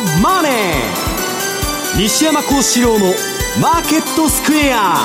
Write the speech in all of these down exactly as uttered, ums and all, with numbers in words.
マネー」、西山幸四郎のマーケットスクエア。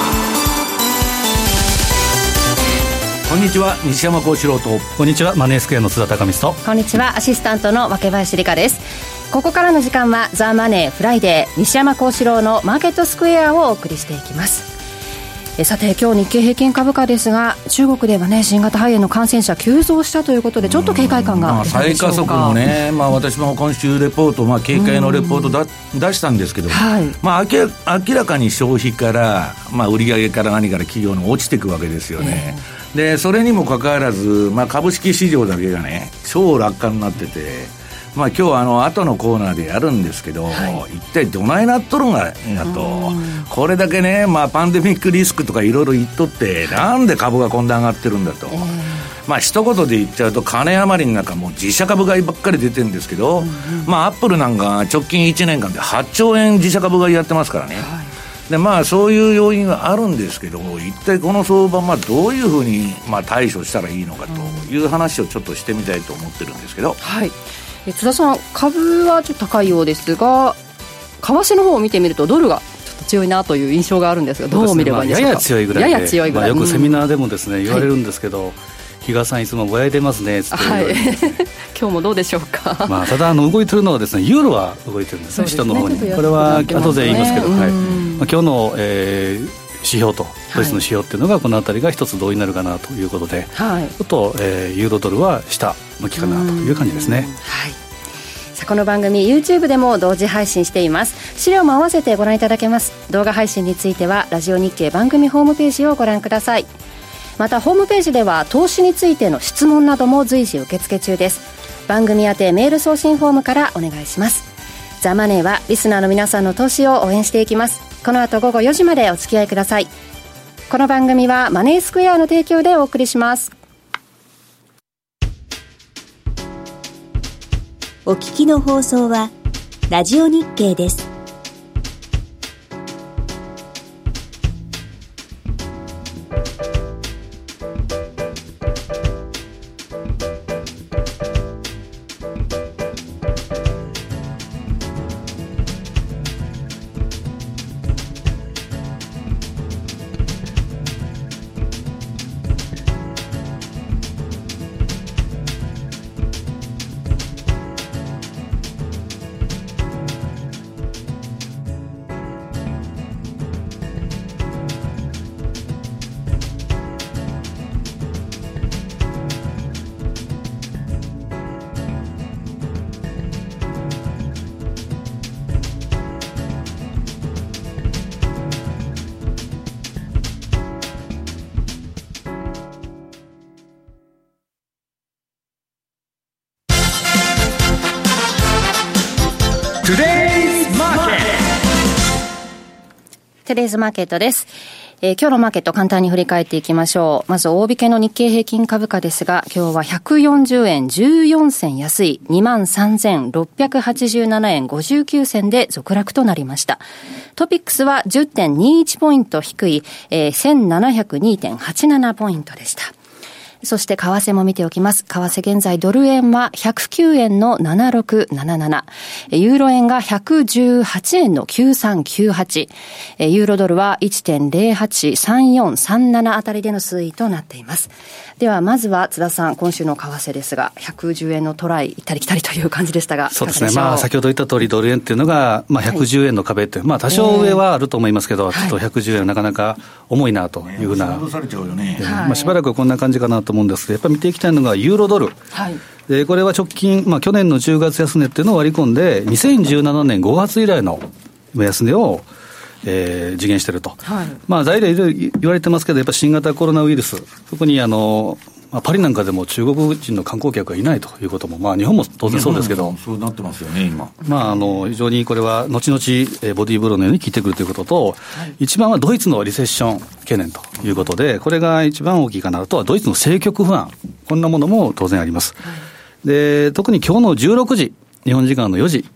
こんにちは、西山幸四郎と。 こんにちは、マネースクエアの津田貴光と。 こんにちは、アシスタントの若林理香です。ここからの時間はザ・マネーフライデー、西山幸四郎のマーケットスクエアをお送りしていきます。えさて、今日日経平均株価ですが、中国ではね、新型肺炎の感染者急増したということで、ちょっと警戒感が出たでしょうか。 再加速のね、まあ、私も今週レポート、まあ、警戒のレポートだ出したんですけど、はい、まあ、明ら、明らかに消費から、まあ、売上から何から企業の落ちていくわけですよね、えー、でそれにもかかわらず、まあ、株式市場だけがね超楽観になってて、まあ、今日はあの後のコーナーでやるんですけど、はい、一体どないなっとるんがやと、これだけね、まあ、パンデミックリスクとかいろいろ言っとってなんで株がこんな上がってるんだと、えーまあ一言で言っちゃうと金余りの中もう自社株買いばっかり出てるんですけど、うんうん、まあアップルなんか直近いちねんかんではちちょうえん自社株買いやってますからね、はい、でまあそういう要因があるんですけど、一体この相場、まあ、どういうふうにまあ対処したらいいのかという話をちょっとしてみたいと思ってるんですけど、 はい、え津田さん、株はちょっと高いようですが、為替の方を見てみるとドルがちょっと強いなという印象があるんですが、 どう見ればいいんでしょうか。 やや強いぐらいで、 やや強いぐらい、 まあ、よくセミナーでもですね、うん、言われるんですけど、はい、比嘉さんいつもぼやいてますねって言われて、ね、はい、今日もどうでしょうか。まあ、ただあの動いてるのはですね、ユーロは動いてるんですね、下の方に。これは後で言いますけど、はい、まあ、今日の、えー指標とドイツの指標っていうのがこのあたりが一つ同意になるかなということで、はい、ちょっと、えー、ユーロドルは下向きかなという感じですね。 はい、さあ、この番組 YouTube でも同時配信しています。資料も合わせてご覧いただけます。動画配信についてはラジオ日経番組ホームページをご覧ください。またホームページでは投資についての質問なども随時受付中です。番組宛てメール送信フォームからお願いします。ザ・マネーはリスナーの皆さんの投資を応援していきます。この後午後よじまでお付き合いください。この番組はマネースクエアの提供でお送りします。 お聞きの放送はラジオ日経です。 トゥデイズマーケットです。えー、今日のマーケット簡単に振り返っていきましょう。まず大引けの日経平均株価ですが、今日はひゃくよんじゅうえんじゅうよんせん安い にまんさんぜんろっぴゃくはちじゅうななえんごじゅうきゅうせんで続落となりました。トピックスは じゅってんにいち ポイント低い、えー、せんななひゃくにてんはちなな ポイントでした。そして為替も見ておきます。為替現在ドル円はひゃくきゅうえんのななろくなななな、ユーロ円がひゃくじゅうはちえんのきゅうさんきゅうはち、ユーロドルは いってんぜろはちさんよんさんなな あたりでの推移となっています。ではまずは津田さん、今週の為替ですが、ひゃくじゅうえんのトライ行ったり来たりという感じでしたが、 そうですね、まあ、先ほど言った通りドル円っていうのが、まあ、ひゃくじゅうえんの壁って、はい、まあ、多少上はあると思いますけど、えー、ちょっとひゃくじゅうえんはなかなか重いなというふうな、 ね、されちゃうよね、 えーまあ、しばらくこんな感じかなと思うんですけど、やっぱり見ていきたいのがユーロドル、はい、でこれは直近、まあ、去年のじゅうがつ安値っていうのを割り込んでにせんじゅうななねんごがつ以来の安値をえー、実現していると、はい、まあ、材料いろいろ言われてますけど、やっぱり新型コロナウイルス、特にあの、まあ、パリなんかでも中国人の観光客がいないということも、まあ、日本も当然そうですけど、 そうなってますよね今、 まあ、あの非常にこれは後々、えー、ボディーブローのように効いてくるということと、はい、一番はドイツのリセッション懸念ということで、これが一番大きいかなとは、ドイツの政局不安、こんなものも当然あります、はい、で特に今日のじゅうろくじ、日本時間のよじ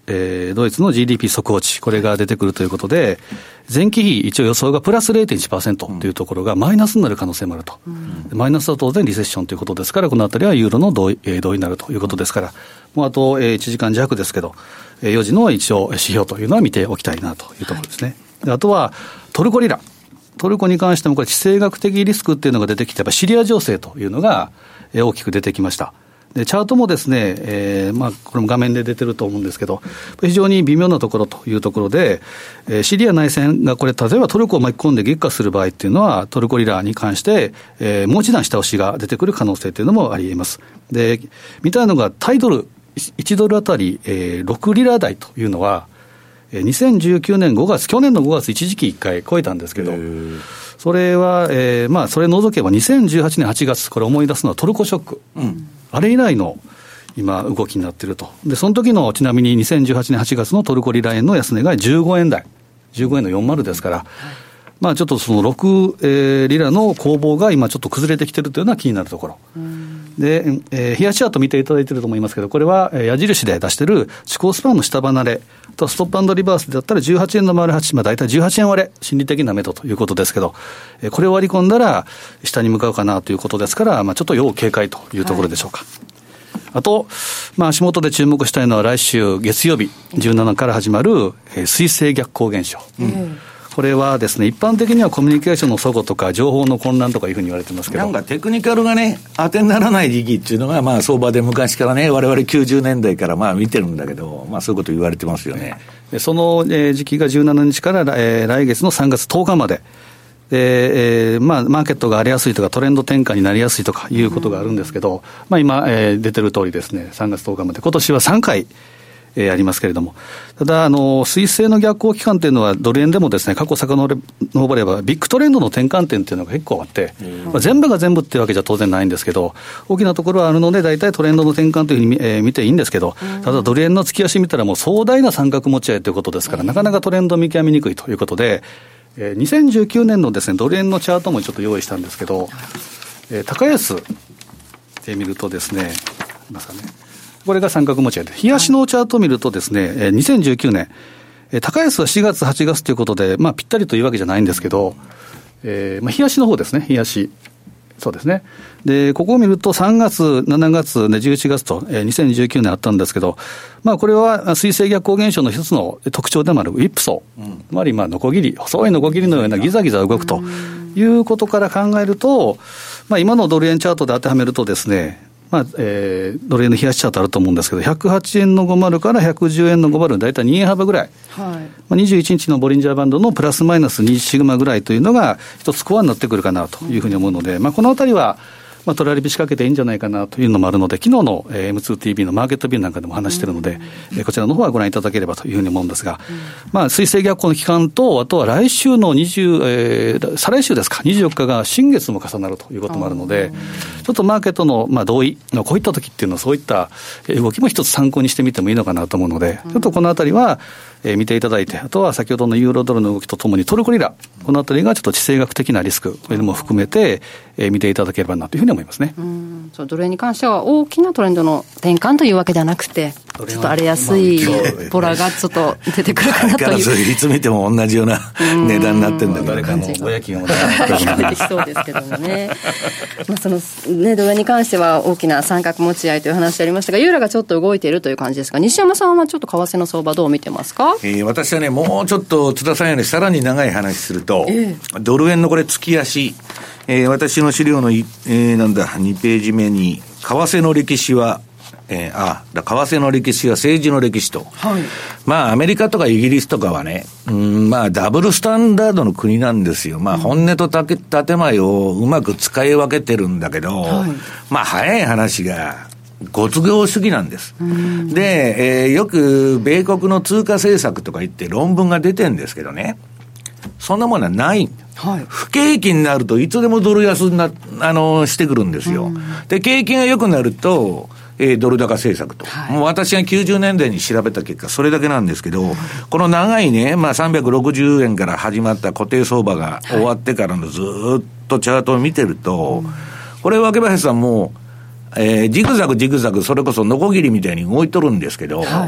えー、ドイツの ジーディーピー 速報値、これが出てくるということで、前期比、一応予想がプラス れいてんいちパーセント というところがマイナスになる可能性もあると、うん、マイナスは当然リセッションということですから、このあたりはユーロの同意、えー、同意になるということですから、もうあと、えー、いちじかん弱ですけど、えー、よじの一応指標というのは見ておきたいなというところですね。はい、であとはトルコリラ、トルコに関してもこれ地政学的リスクっていうのが出てきて、やっぱシリア情勢というのが大きく出てきました。でチャートもですね、えーまあ、これも画面で出てると思うんですけど、非常に微妙なところというところで、えー、シリア内戦がこれ、例えばトルコを巻き込んで激化する場合っていうのは、トルコリラに関して、えー、もう一段下押しが出てくる可能性というのもあり得ます。で、見たいのが、対ドル、いちドルあたり、えー、ろくリラ台というのは、にせんじゅうきゅうねんごがつ、去年のごがつ、一時期いっかい超えたんですけど、それは、えー、まあ、それ除けばにせんじゅうはちねんはちがつ、これ思い出すのはトルコショック。うん、あれ以来の今、動きになっていると。で、その時のちなみににせんじゅうはちねんはちがつのトルコリラ円の安値がじゅうごえん台、じゅうごえんのよんじゅうですから、はい、まあちょっとそのろく、えー、リラの攻防が今ちょっと崩れてきているというのは気になるところ。で、えー、冷やしチャート見ていただいていると思いますけど、これは、えー、矢印で出している地高スパンの下離れとストップ&リバースだったらじゅうはちえんの丸はち、まあ大体じゅうはちえん割れ、心理的な目処ということですけど、えー、これを割り込んだら下に向かうかなということですから、まあちょっと要警戒というところでしょうか。はい、あと、まあ、足元で注目したいのは来週月曜日じゅうしちから始まる、えー、水星逆行現象、うん、これはですね、一般的にはコミュニケーションの齟齬とか情報の混乱とかいうふうに言われてますけど、 なんかテクニカルがね当てにならない時期っていうのが、まあ相場で昔からね、我々きゅうじゅうねんだいからまあ見てるんだけど、まあそういうこと言われてますよね。 でその、えー、時期がじゅうしちにちから、えー、来月のさんがつとおかまで、でえーまあ、マーケットが荒れやすいとかトレンド転換になりやすいとかいうことがあるんですけど、うん、まあ、今、えー、出てる通りですね、さんがつとおかまで、今年はさんかい、えー、ありますけれども、ただあの水星の逆行期間というのはドル円でもですね、過去遡ればビッグトレンドの転換点というのが結構あって、うん、まあ、全部が全部っていうわけじゃ当然ないんですけど、大きなところはあるので大体トレンドの転換というふうに見、えー、見ていいんですけど、ただドル円の月足見たらもう壮大な三角持ち合いということですから、なかなかトレンド見極めにくいということで、えー、にせんじゅうきゅうねんのですね、ドル円のチャートもちょっと用意したんですけど、えー、高安で見るとですね、いますかね、これが三角持ち合いで、日足のチャートを見るとですね、えー、にせんじゅうきゅうねん、えー、高安はしがつはちがつということで、まあぴったりというわけじゃないんですけど、えー、まあ日足の方ですね、日足。そうですね。で、ここを見るとさんがつ、しちがつ、じゅういちがつと、えー、にせんじゅうきゅうねんあったんですけど、まあこれは水星逆行現象の一つの特徴でもあるウィップ層、うん、つまりまあノコギリ、細いノコギリのようなギザギザ動くということから考えると、まあ今のドル円チャートで当てはめるとですね、まあえー、ドル円の冷やしチャートあると思うんですけど、ひゃくはちえんのごじゅうからひゃくじゅうえんのごじゅう、だいたいにえんはばぐらい、はい、まあ、にじゅういちにちのボリンジャーバンドのプラスマイナスにシグマぐらいというのが一つコアになってくるかなというふうに思うので、うん、まあ、このあたりはまあ、トラリピ仕掛けていいんじゃないかなというのもあるので、昨日の エムツーティービー のマーケットビューなんかでも話しているので、うん、こちらの方はご覧いただければというふうに思うんですが、うん、まあ、水星逆行の期間と、あとは来週の20、えー、再来週ですか、にじゅうよっかが新月も重なるということもあるので、ちょっとマーケットのまあ同意、こういった時っていうのはそういった動きも一つ参考にしてみてもいいのかなと思うので、ちょっとこのあたりはえー、見ていただいて、あとは先ほどのユーロドルの動きとともにトルコリラ、このあたりがちょっと地政学的なリスク、これも含めて、えー、見ていただければなというふうに思いますね。 うん、そう、ドル円に関しては大きなトレンドの転換というわけではなくて、ちょっと荒れやすいボラがちょっと出てくるかなという。 そういつ見ても同じような値段になってるんだけど、 誰かの親金を出てきそうですけどもね。まあそのね、ドル円に関しては大きな三角持ち合いという話ありましたが、ユーロがちょっと動いているという感じですが、西山さんはちょっと為替の相場どう見てますか？ えー、私はね、もうちょっと津田さんよりさらに長い話すると、えー、ドル円のこれ月足、えー、私の資料の、えー、なんだにページ目に為替の歴史はえー、あだ為替の歴史は政治の歴史と、はい、まあアメリカとかイギリスとかはね、うん、まあダブルスタンダードの国なんですよ。まあ本音と建前をうまく使い分けてるんだけど、はい、まあ早い話がご都合主義なんです。で、えー、よく米国の通貨政策とか言って論文が出てるんですけどね、そんなものはない。はい、不景気になるといつでもドル安にな、あの、してくるんですよ。で、景気が良くなると、えー、ドル高政策と、はい、もう私がきゅうじゅうねんだいに調べた結果それだけなんですけど、はい、この長いね、まあ、さんびゃくろくじゅうえんから始まった固定相場が終わってからのずっとチャートを見てると、はい、これ若林さんも、えー、ジグザグジグザグそれこそノコギリみたいに動いとるんですけど、はい、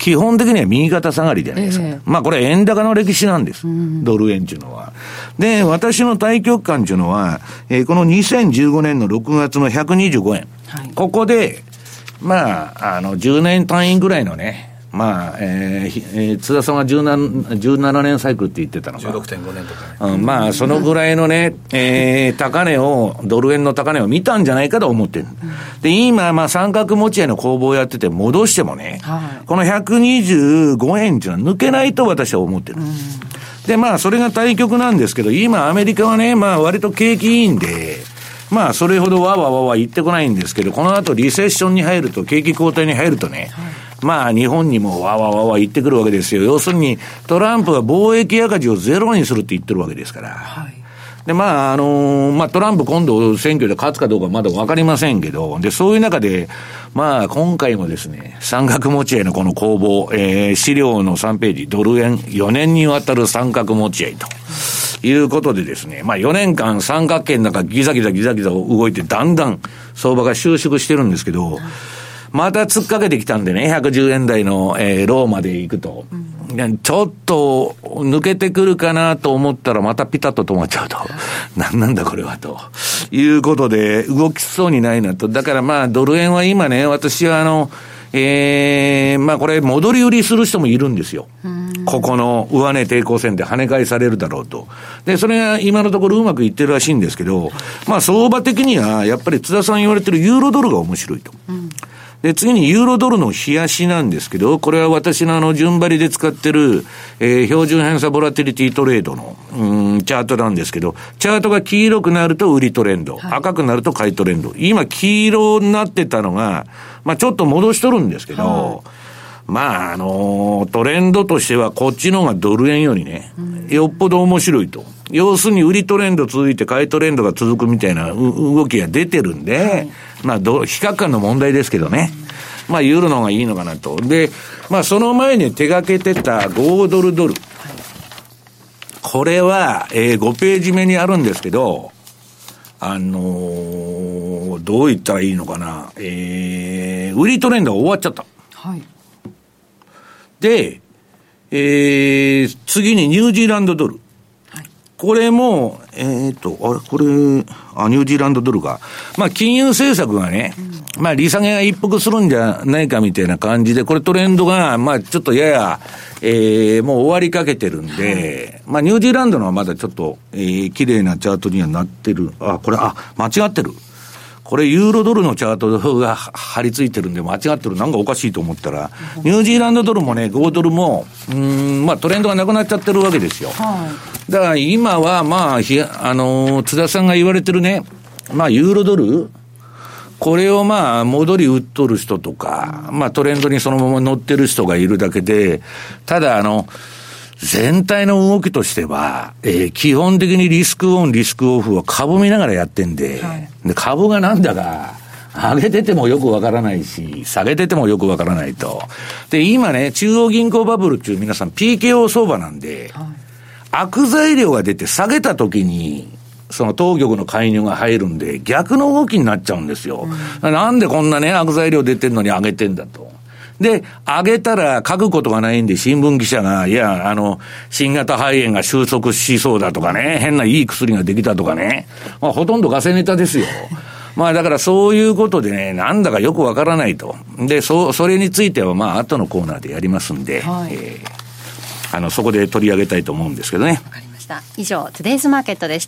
基本的には右肩下がりじゃないですか。えー、まあこれ円高の歴史なんです。うん、ドル円っていうのは。で、私の対局観っていうのは、えー、このにせんじゅうごねんのろくがつのひゃくにじゅうごえん。はい、ここで、まあ、あの、じゅうねん単位ぐらいのね、まあ、えーえー、津田さんはじゅうななねんサイクルって言ってたのか。 じゅうろくてんごねんとかね。 うん、まあ、そのぐらいのね、えー、高値を、ドル円の高値を見たんじゃないかと思ってる。うん、で、今、まあ、三角持ち合いの攻防をやってて戻してもね、はい、このひゃくにじゅうごえんっていうのは抜けないと私は思ってる。うん、で、まあ、それが対局なんですけど、今、アメリカはね、まあ、割と景気いいんで、まあ、それほどわわわわ言ってこないんですけど、この後リセッションに入ると、景気後退に入るとね、はい、まあ、日本にもわわわわ言ってくるわけですよ。要するに、トランプは貿易赤字をゼロにするって言ってるわけですから。はい、で、まあ、あのー、まあ、トランプ今度選挙で勝つかどうかまだわかりませんけど、で、そういう中で、まあ、今回もですね、三角持ち合いのこの攻防、えー、資料のさんページ、ドル円よねんにわたる三角持ち合いと。いうことでですね、まあよねんかん三角形の中ギザギザギザギザ動いてだんだん相場が収縮してるんですけど、また突っかけてきたんでね、ひゃくじゅうえん台の、えー、ローまで行くと、うん、ちょっと抜けてくるかなと思ったらまたピタッと止まっちゃうと。なんなんだこれはと。いうことで動きそうにないなと。だからまあドル円は今ね、私はあの、ええー、まあこれ戻り売りする人もいるんですよ。ここの上値抵抗線で跳ね返されるだろうと。で、それが今のところうまくいってるらしいんですけど、まあ相場的にはやっぱり津田さん言われてるユーロドルが面白いと。うん、で、次にユーロドルの冷やしなんですけど、これは私のあの順張りで使ってる、えー、標準偏差ボラティリティトレードの、うん、チャートなんですけど、チャートが黄色くなると売りトレンド、はい、赤くなると買いトレンド。今黄色になってたのが、まあちょっと戻しとるんですけど、はい、まああのー、トレンドとしてはこっちの方がドル円よりね、うん、よっぽど面白いと。要するに売りトレンド続いて買いトレンドが続くみたいな動きが出てるんで、はい、まあど比較感の問題ですけどね。うん、まあユーロの方がいいのかなと。で、まあその前に手掛けてたごドルドル。はい、これは、えー、ごページ目にあるんですけど、あのー、どう言ったらいいのかな。えー、売りトレンドが終わっちゃった。はい。で、えー、次にニュージーランドドル。はい、これも、えーと、あれ、これ、あ、ニュージーランドドルが。まあ、金融政策がね、うん、まあ、利下げが一服するんじゃないかみたいな感じで、これトレンドが、まあ、ちょっとやや、えー、もう終わりかけてるんで、はい、まあ、ニュージーランドのはまだちょっと、えー、綺麗なチャートにはなってる。あ、これ、あ、間違ってる。これユーロドルのチャートが張り付いてるんで間違ってる。なんかおかしいと思ったら、ニュージーランドドルもね、ごドルも、うーん、まあトレンドがなくなっちゃってるわけですよ。はい、だから今は、まあ、ひあのー、津田さんが言われてるね、まあユーロドル、これをまあ戻り売っとる人とか、まあトレンドにそのまま乗ってる人がいるだけで、ただあの、全体の動きとしては、えー、基本的にリスクオン、リスクオフは株見ながらやってんで、はい、で株がなんだか、上げててもよくわからないし、下げててもよくわからないと。で、今ね、中央銀行バブルっていう皆さん ピーケーオー 相場なんで、はい、悪材料が出て下げた時に、その当局の介入が入るんで、逆の動きになっちゃうんですよ。うん、なんでこんなね、悪材料出てんのに上げてんだと。で、上げたら書くことがないんで、新聞記者が、いや、あの、新型肺炎が収束しそうだとかね、変ないい薬ができたとかね、まあ、ほとんどガセネタですよ。まあ、だからそういうことでね、なんだかよくわからないと。で、そ、それについては、まあ、後のコーナーでやりますんで、はい、えー、あの、そこで取り上げたいと思うんですけどね。 わかりました。以上、トゥデイズマーケットでした。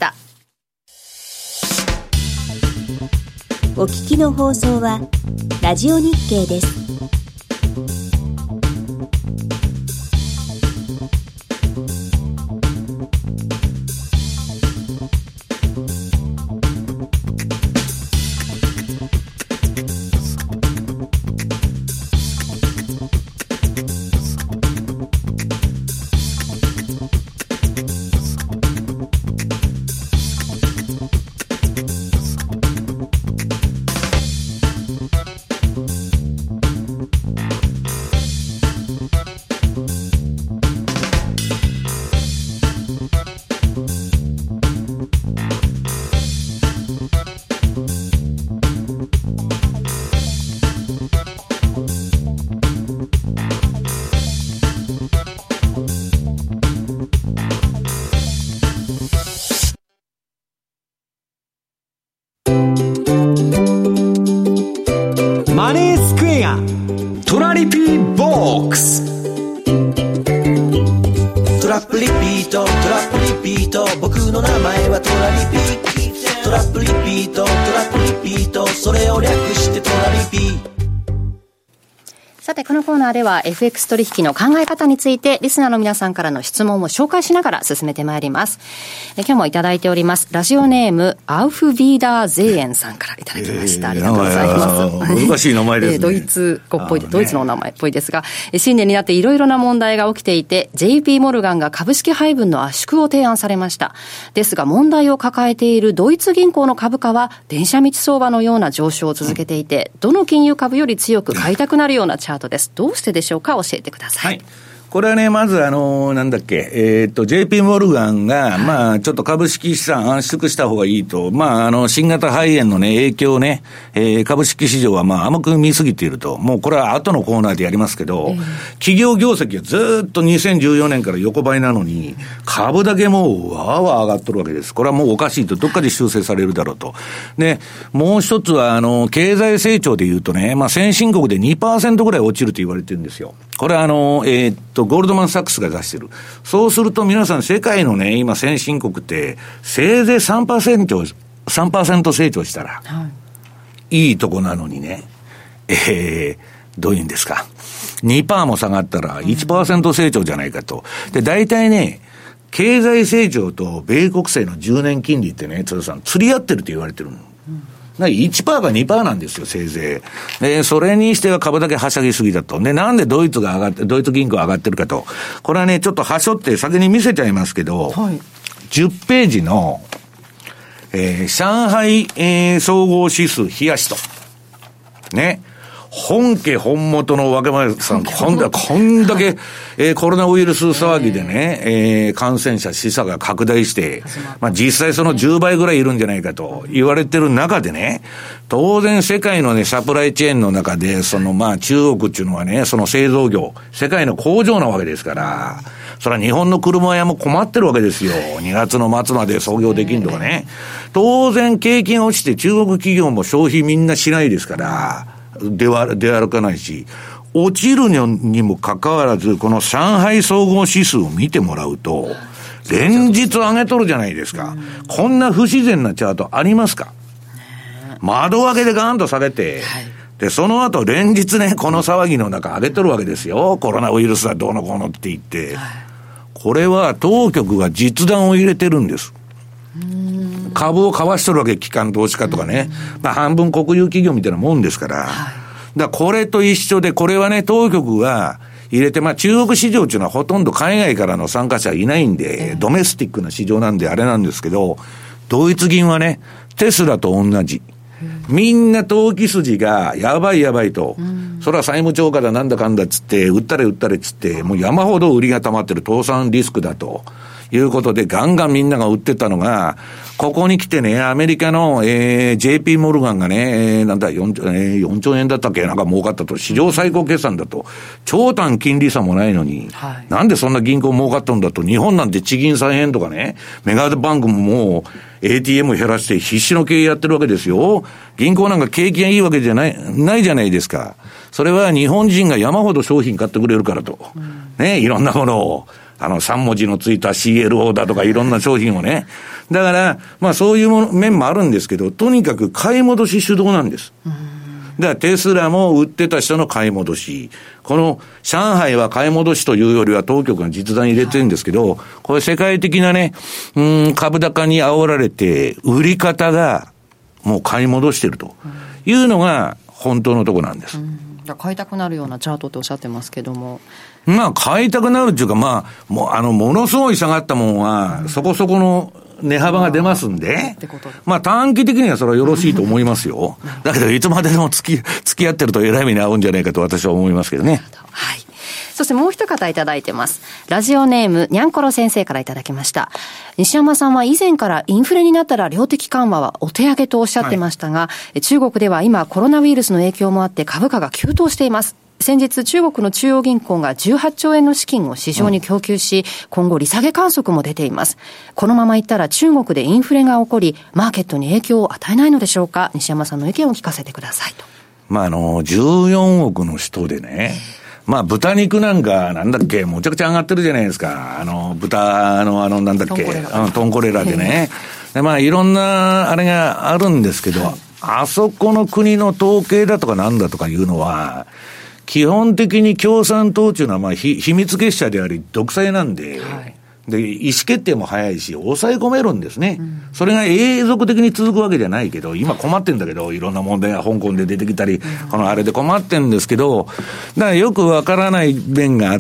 お聞きの放送は、ラジオ日経です。 ア。トラリピーボックス。 トラップリピート、トラップリピート、僕の名前はトラリピ。トラップリピート、トラップリピート、それを略してトラリピ。 さて、このコーナーでは エフエックス 取引の考え方についてリスナーの皆さんからの質問を紹介しながら進めてまいります。え今日もいただいております。ラジオネームアウフビーダーゼーエンさんからいただきました。ありがとうございます。 難しい名前ですね。 ドイツ語っぽいで、ドイツのお名前っぽいですが、新年になっていろいろな問題が起きていて ジェイピー モルガンが株式配分の圧縮を提案されました。ですが問題を抱えているドイツ銀行の株価は電車道相場のような上昇を続けていて、どの金融株より強く買いたくなるようなチャートです。どうしてでしょうか、教えてください。 はい、これはね、まずあのなんだっけ、えっと ジェイピー モルガンが、はい、まあちょっと株式資産圧縮した方がいいと、まああの新型肺炎のね影響ね、えー、株式市場はまあ甘く見すぎていると、もうこれは後のコーナーでやりますけど、えー、企業業績はずっとにせんじゅうよねんから横ばいなのに株だけもうわーわー上がっとるわけです。これはもうおかしいと、どっかで修正されるだろうと。でもう一つはあの経済成長でいうとね、まあ先進国で にパーセント ぐらい落ちると言われてるんですよ。これはあの、えー、っと、ゴールドマンサックスが出してる。そうすると皆さん世界のね、今先進国って、せいぜい さんパーセント、さんパーセント 成長したら、はい、いいとこなのにね、えー、どういうんですか。にパーセント も下がったら いちパーセント 成長じゃないかと。で、大体ね、経済成長と米国債のじゅうねん金利ってね、津田さん、釣り合ってると言われてるの。いちパーセント か にパーセント なんですよ、せいぜい。で、それにしては株だけはしゃぎすぎだと。で、なんでドイツが上がって、ドイツ銀行上がってるかと。これはね、ちょっとはしょって先に見せちゃいますけど、はい、じゅっページの、えー、上海、えー、総合指数冷やしと。ね。本家本元の若林さん、こんだ、こんだけ、えー、コロナウイルス騒ぎでね、えー、感染者死者が拡大して、まあ実際そのじゅうばいぐらいいるんじゃないかと言われてる中でね、当然世界のね、サプライチェーンの中で、そのまあ中国っていうのはね、その製造業、世界の工場なわけですから、それは日本の車屋も困ってるわけですよ。にがつの末まで操業できんとかね。当然景気が落ちて中国企業も消費みんなしないですから、出は、出歩かないし、落ちるにもかかわらず、この上海総合指数を見てもらうと、連日上げとるじゃないですか。こんな不自然なチャートありますか？窓開けでガーンと下げて、で、その後連日ね、この騒ぎの中上げとるわけですよ。コロナウイルスはどうのこうのって言って。これは当局が実弾を入れてるんです。株を買わしとるわけ、機関投資家とかね。まあ半分国有企業みたいなもんですから。だからこれと一緒で、これはね、当局が入れて、まあ中国市場っていうのはほとんど海外からの参加者いないんで、ドメスティックな市場なんであれなんですけど、ドイツ銀はね、テスラと同じ。みんな投機筋がやばいやばいと。それは債務超過だなんだかんだっつって、売ったれ売ったれっつって、もう山ほど売りが溜まってる倒産リスクだと。いうことで、ガンガンみんなが売ってたのが、ここに来てね、アメリカの、えー、ジェイピー モルガンがね、えー、なんだ、よん、えー、よんちょうえんだったっけなんか儲かったと。史上最高決算だと。長短金利差もないのに、はい、なんでそんな銀行儲かったんだと。日本なんて地銀再編とかね、メガバンクももう エーティーエム 減らして必死の経営やってるわけですよ。銀行なんか景気がいいわけじゃない、ないじゃないですか。それは日本人が山ほど商品買ってくれるからと。うん、ね、いろんなものを。あの、さん文字のついた シーエルオー だとかいろんな商品をね。だから、まあそういうもの面もあるんですけど、とにかく買い戻し主導なんです。だからテスラも売ってた人の買い戻し。この上海は買い戻しというよりは当局が実弾入れてるんですけど、これ世界的なね、うーん、株高に煽られて、売り方がもう買い戻してるというのが本当のとこなんです。うん買いたくなるようなチャートっておっしゃってますけども。 まあ、買いたくなるっていうか、まあ、もう、あの、ものすごい下がったもんは、そこそこの値幅が出ますんで、まあ、短期的にはそれはよろしいと思いますよ。だけど、いつまででも付き、付き合ってるとえらい目に遭うんじゃないかと私は思いますけどね。 はい。そしてもう一方いただいてます。ラジオネーム、にゃんころ先生からいただきました。西山さんは以前からインフレになったら量的緩和はお手上げとおっしゃってましたが、はい、中国では今コロナウイルスの影響もあって株価が急騰しています。先日中国の中央銀行がじゅうはちちょうえんの資金を市場に供給し、うん、今後利下げ観測も出ています。このままいったら中国でインフレが起こり、マーケットに影響を与えないのでしょうか。西山さんの意見を聞かせてくださいと。 まあ、あの、じゅうよんおくの人でね、まあ、豚肉なんか、なんだっけ、むちゃくちゃ上がってるじゃないですか。あの、豚の、あの、なんだっけ、トン, トンコレラでね。で、まあ、いろんな、あれがあるんですけど、はい、あそこの国の統計だとかなんだとかいうのは、基本的に共産党というのは、まあ、秘密結社であり、独裁なんで、はい、で、意思決定も早いし、抑え込めるんですね。うん、それが永続的に続くわけじゃないけど、今困ってんだけど、いろんな問題が香港で出てきたり、うん、このあれで困ってんですけど、だからよくわからない面があって、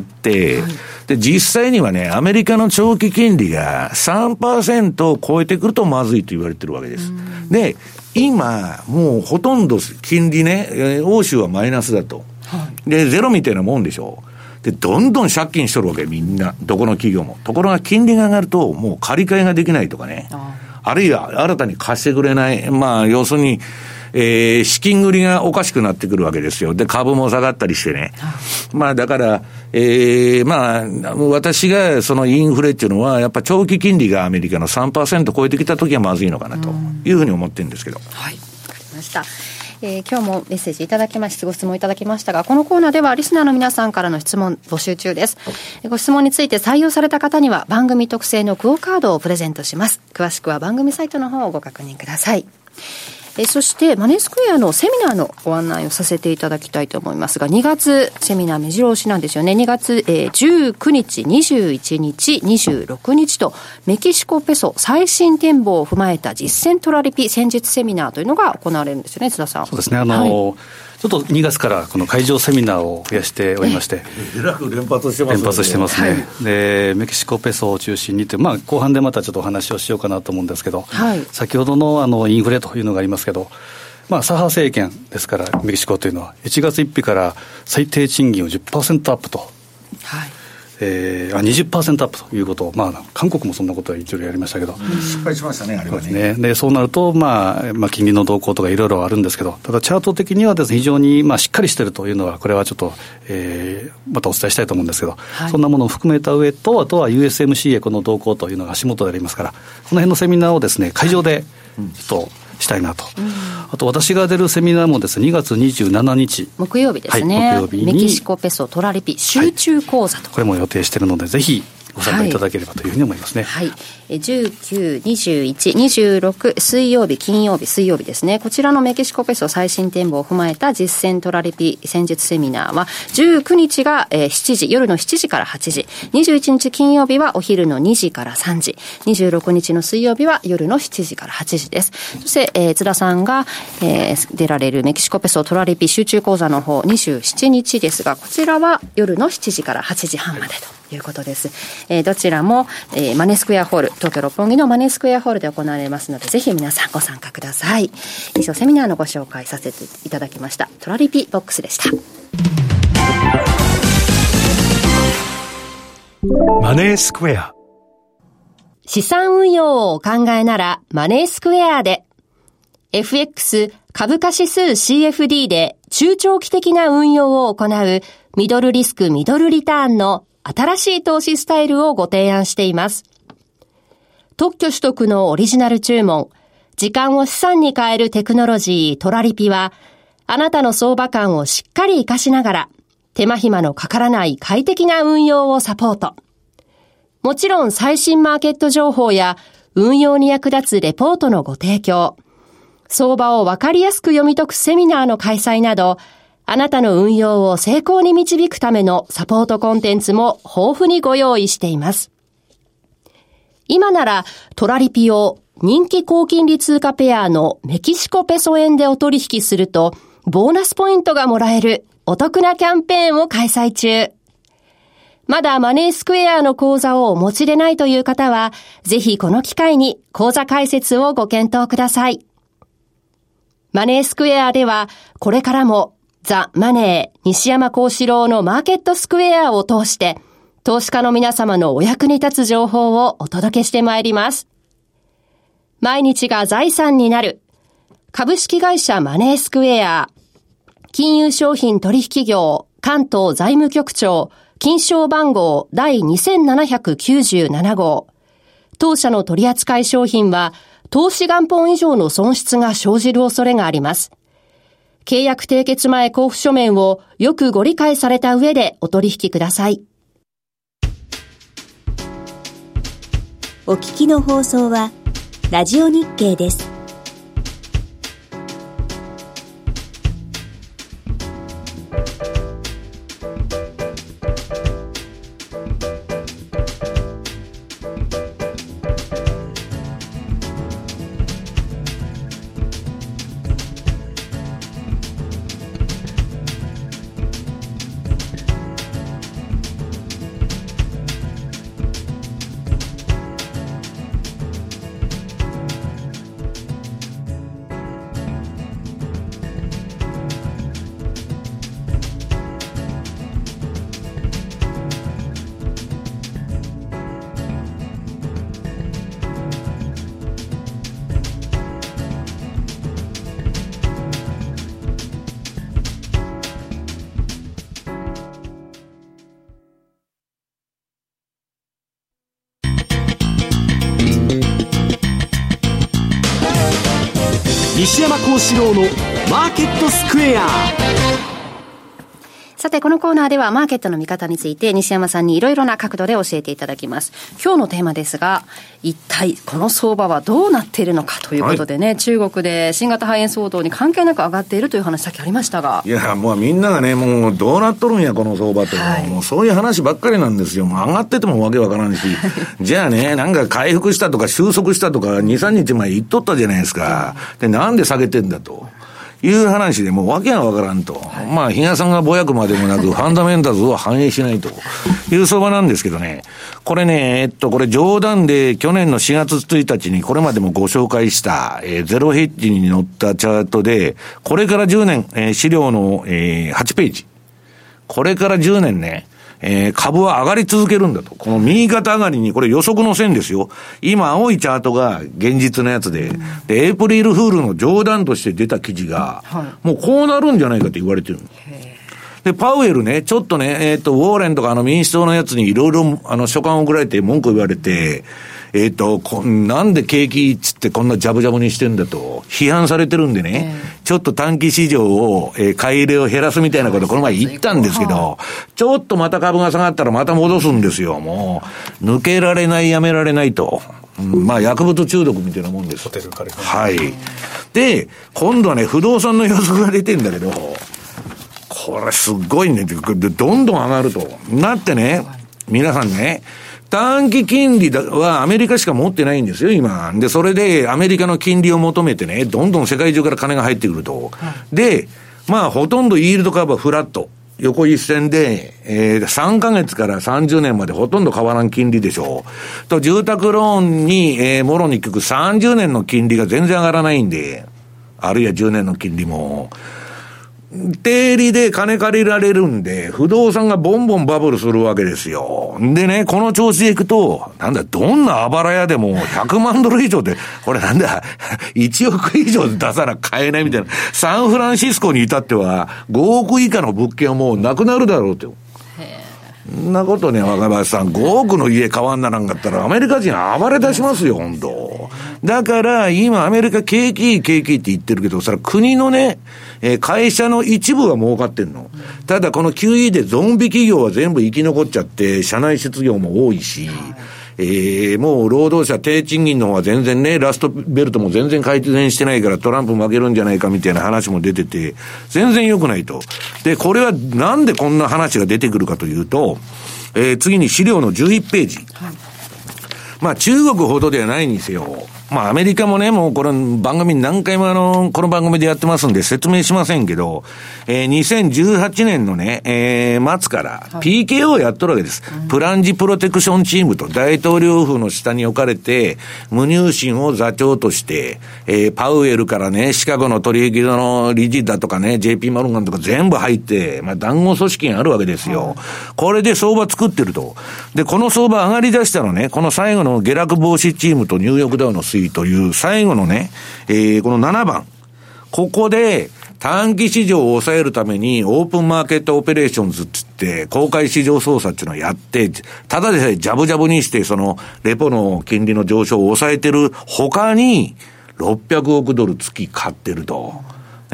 はい、で、実際にはね、アメリカの長期金利が さんパーセント を超えてくるとまずいと言われてるわけです。うん、で、今、もうほとんど金利ね、欧州はマイナスだと。はい、で、ゼロみたいなもんでしょ。で、どんどん借金しとるわけ、みんな。どこの企業も。ところが金利が上がると、もう借り換えができないとかね。あ, あるいは、新たに貸してくれない。まあ、要するに、えー、資金繰りがおかしくなってくるわけですよ。で、株も下がったりしてね。まあ、だから、えー、まあ、私がそのインフレっていうのは、やっぱ長期金利がアメリカの さんパーセント 超えてきたときはまずいのかなというふうに思ってるんですけど。 はい。わかりました。えー、今日もメッセージいただきましてご質問いただきましたが、このコーナーではリスナーの皆さんからの質問募集中です。ご質問について採用された方には番組特製のクオカードをプレゼントします。詳しくは番組サイトの方をご確認ください。えー、そしてマネースクエアのセミナーのご案内をさせていただきたいと思いますが、にがつセミナー目白押しなんですよね。にがつ、えー、じゅうくにち、にじゅういちにち、にじゅうろくにちとメキシコペソ最新展望を踏まえた実践トラリピ戦術セミナーというのが行われるんですよね、津田さん。 そうですね、あのーはいちょっとにがつからこの会場セミナーを増やしておりまして、 えらく連発してますね。 連発してますね。はい、で、メキシコペソを中心にという、まあ、後半でまたちょっとお話をしようかなと思うんですけど、はい、先ほどのあのインフレというのがありますけど、まあ、左派政権ですから、メキシコというのはいちがつついたちから最低賃金を じゅっパーセント アップと、はいえー、あ にじゅっパーセント アップということを、まあ、韓国もそんなことは一応やりましたけど、うん、 失敗しましたね、あれはね。 そうですね。で、そうなると、まあまあ、金利の動向とかいろいろあるんですけど、ただチャート的にはですね、非常にまあしっかりしているというのは、これはちょっと、えー、またお伝えしたいと思うんですけど、はい、そんなものを含めた上と、あとは ユーエスエムシーエー この動向というのが足元でありますから、この辺のセミナーをですね、会場でちょっとしたいなと。うん、あと私が出るセミナーもですね、にがつにじゅうしちにち木曜日ですね、はい、木曜日にメキシコペソトラリピ集中講座と、 はい、これも予定しているのでぜひご参加いただければというふうに思いますね。 はい、はい、じゅうく、にじゅういち、にじゅうろく水曜日、金曜日、水曜日ですね。こちらのメキシコペソ最新展望を踏まえた実践トラリピ戦術セミナーはじゅうくにちがしちじ、夜のしちじからはちじ、にじゅういちにち金曜日はお昼のにじからさんじ、にじゅうろくにちの水曜日は夜のしちじからはちじです。そして、えー、津田さんが、えー、出られるメキシコペソトラリピ集中講座の方にじゅうしちにちですが、こちらは夜のしちじからはちじはんまでということです。えー、どちらも、えー、マネースクエアホール、東京六本木のマネースクエアホールで行われますので、ぜひ皆さんご参加ください。以上、セミナーのご紹介させていただきました。トラリピボックスでした。 マネースクエア。 資産運用をお考えならマネースクエアで。エフエックス 株価指数 シーエフディー で中長期的な運用を行うミドルリスクミドルリターンの新しい投資スタイルをご提案しています。特許取得のオリジナル注文、時間を資産に変えるテクノロジートラリピは、あなたの相場感をしっかり活かしながら、手間暇のかからない快適な運用をサポート。もちろん最新マーケット情報や運用に役立つレポートのご提供、相場をわかりやすく読み解くセミナーの開催など、あなたの運用を成功に導くためのサポートコンテンツも豊富にご用意しています。今ならトラリピを人気高金利通貨ペアのメキシコペソ円でお取引するとボーナスポイントがもらえるお得なキャンペーンを開催中。まだマネースクエアの口座をお持ちでないという方は、ぜひこの機会に口座開設をご検討ください。マネースクエアではこれからもザ・マネー西山幸四郎のマーケットスクエアを通して投資家の皆様のお役に立つ情報をお届けしてまいります。毎日が財産になる株式会社マネースクエア金融商品取引業関東財務局長金賞番号第にせんななひゃくきゅうじゅうなな号。当社の取扱い商品は投資元本以上の損失が生じる恐れがあります。 契約締結前交付書面をよくご理解された上でお取引ください。 お聞きの放送はラジオ日経です。 西山幸四郎のマーケットスクエア。 さて、このコーナーではマーケットの見方について西山さんにいろいろな角度で教えていただきます。今日のテーマですが、一体この相場はどうなっているのかということでね、はい、中国で新型肺炎騒動に関係なく上がっているという話さっきありましたが、 いやもうみんながね、もうどうなっとるんやこの相場って、はい、もうそういう話ばっかりなんですよ。もう上がっててもわけわからんしじゃあね、なんか回復したとか収束したとかに、さんにちまえ言っとったじゃないですか。で、なんで下げてんだという話でもうわけがわからんと、はい、まあ比嘉さんがぼやくまでもなくファンダメンタルズを反映しないという相場なんですけどね、これね、えっとこれ冗談で去年のしがつついたちにこれまでもご紹介した、えー、ゼロヘッジに載ったチャートで、これからじゅうねん、えー、資料の、えー、はちページ、これからじゅうねんね、えー、株は上がり続けるんだと。この右肩上がりに、これ予測の線ですよ。今青いチャートが現実のやつで、うん、でエイプリルフールの冗談として出た記事が、はい、もうこうなるんじゃないかって言われてる。でパウエルね、ちょっとね、えっとウォーレンとかあの民主党のやつにいろいろあの書簡を送られて文句言われて、えっとこなんで景気っつってこんなジャブジャブにしてんだと批判されてるんでね、ちょっと短期市場を、えー、買い入れを減らすみたいなことこの前言ったんですけど、ちょっとまた株が下がったらまた戻すんですよ。もう抜けられない、やめられないと、うん、まあ薬物中毒みたいなもんです。ホテルカリフォルニア。はい。で今度はね、不動産の予測が出てんだけど、これすごいね、どんどん上がるとなってね、皆さんね、短期金利はアメリカしか持ってないんですよ今で。それでアメリカの金利を求めてね、どんどん世界中から金が入ってくると、でまあほとんどイールドカーブはフラット横一線で、えー、さんかげつからさんじゅうねんまでほとんど変わらん金利でしょうと、住宅ローンに、えー、もろに効くさんじゅうねんの金利が全然上がらないんで、あるいはじゅうねんの金利も定利で金借りられるんで、不動産がボンボンバブルするわけですよ。でね、この調子でいくと、なんだ、どんなあばら屋でもひゃくまんドル以上で、これなんだ、いちおく以上出さな買えないみたいな。サンフランシスコに至っては、ごおく以下の物件はもうなくなるだろうって。そんなことね、若林さん、ごおくの家買わんならんかったらアメリカ人暴れ出しますよ、本当。だから今アメリカ景気いい景気いいって言ってるけど、それは国のね、えー、会社の一部は儲かってんの。ただこの キューイー でゾンビ企業は全部生き残っちゃって、社内失業も多いし、えー、もう労働者低賃金の方は全然ね、ラストベルトも全然改善してないからトランプ負けるんじゃないかみたいな話も出てて、全然良くないと。で、これはなんでこんな話が出てくるかというと、えー、次に資料のじゅういちページ。はい、まあ中国ほどではないんですよ。まあアメリカもね、もうこの番組何回もあの、この番組でやってますんで説明しませんけど、えー、にせんじゅうはちねんのね、えー、末から ピーケーオー をやっとるわけです。はい、プランジプロテクションチームと大統領府の下に置かれて、無入信を座長として、えー、パウエルからね、シカゴの取引所の理事だとかね、ジェイピー モルガンとか全部入って、まあ談合組織があるわけですよ。はい、これで相場作ってると。で、この相場上がり出したのね、この最後の下落防止チームとニューヨークダウの推移という最後のね、えー、このななばん。ここで短期市場を抑えるためにオープンマーケットオペレーションズって言って公開市場操作っていうのをやって、ただでさえジャブジャブにしてそのレポの金利の上昇を抑えてる他にろっぴゃくおくドル月買ってると。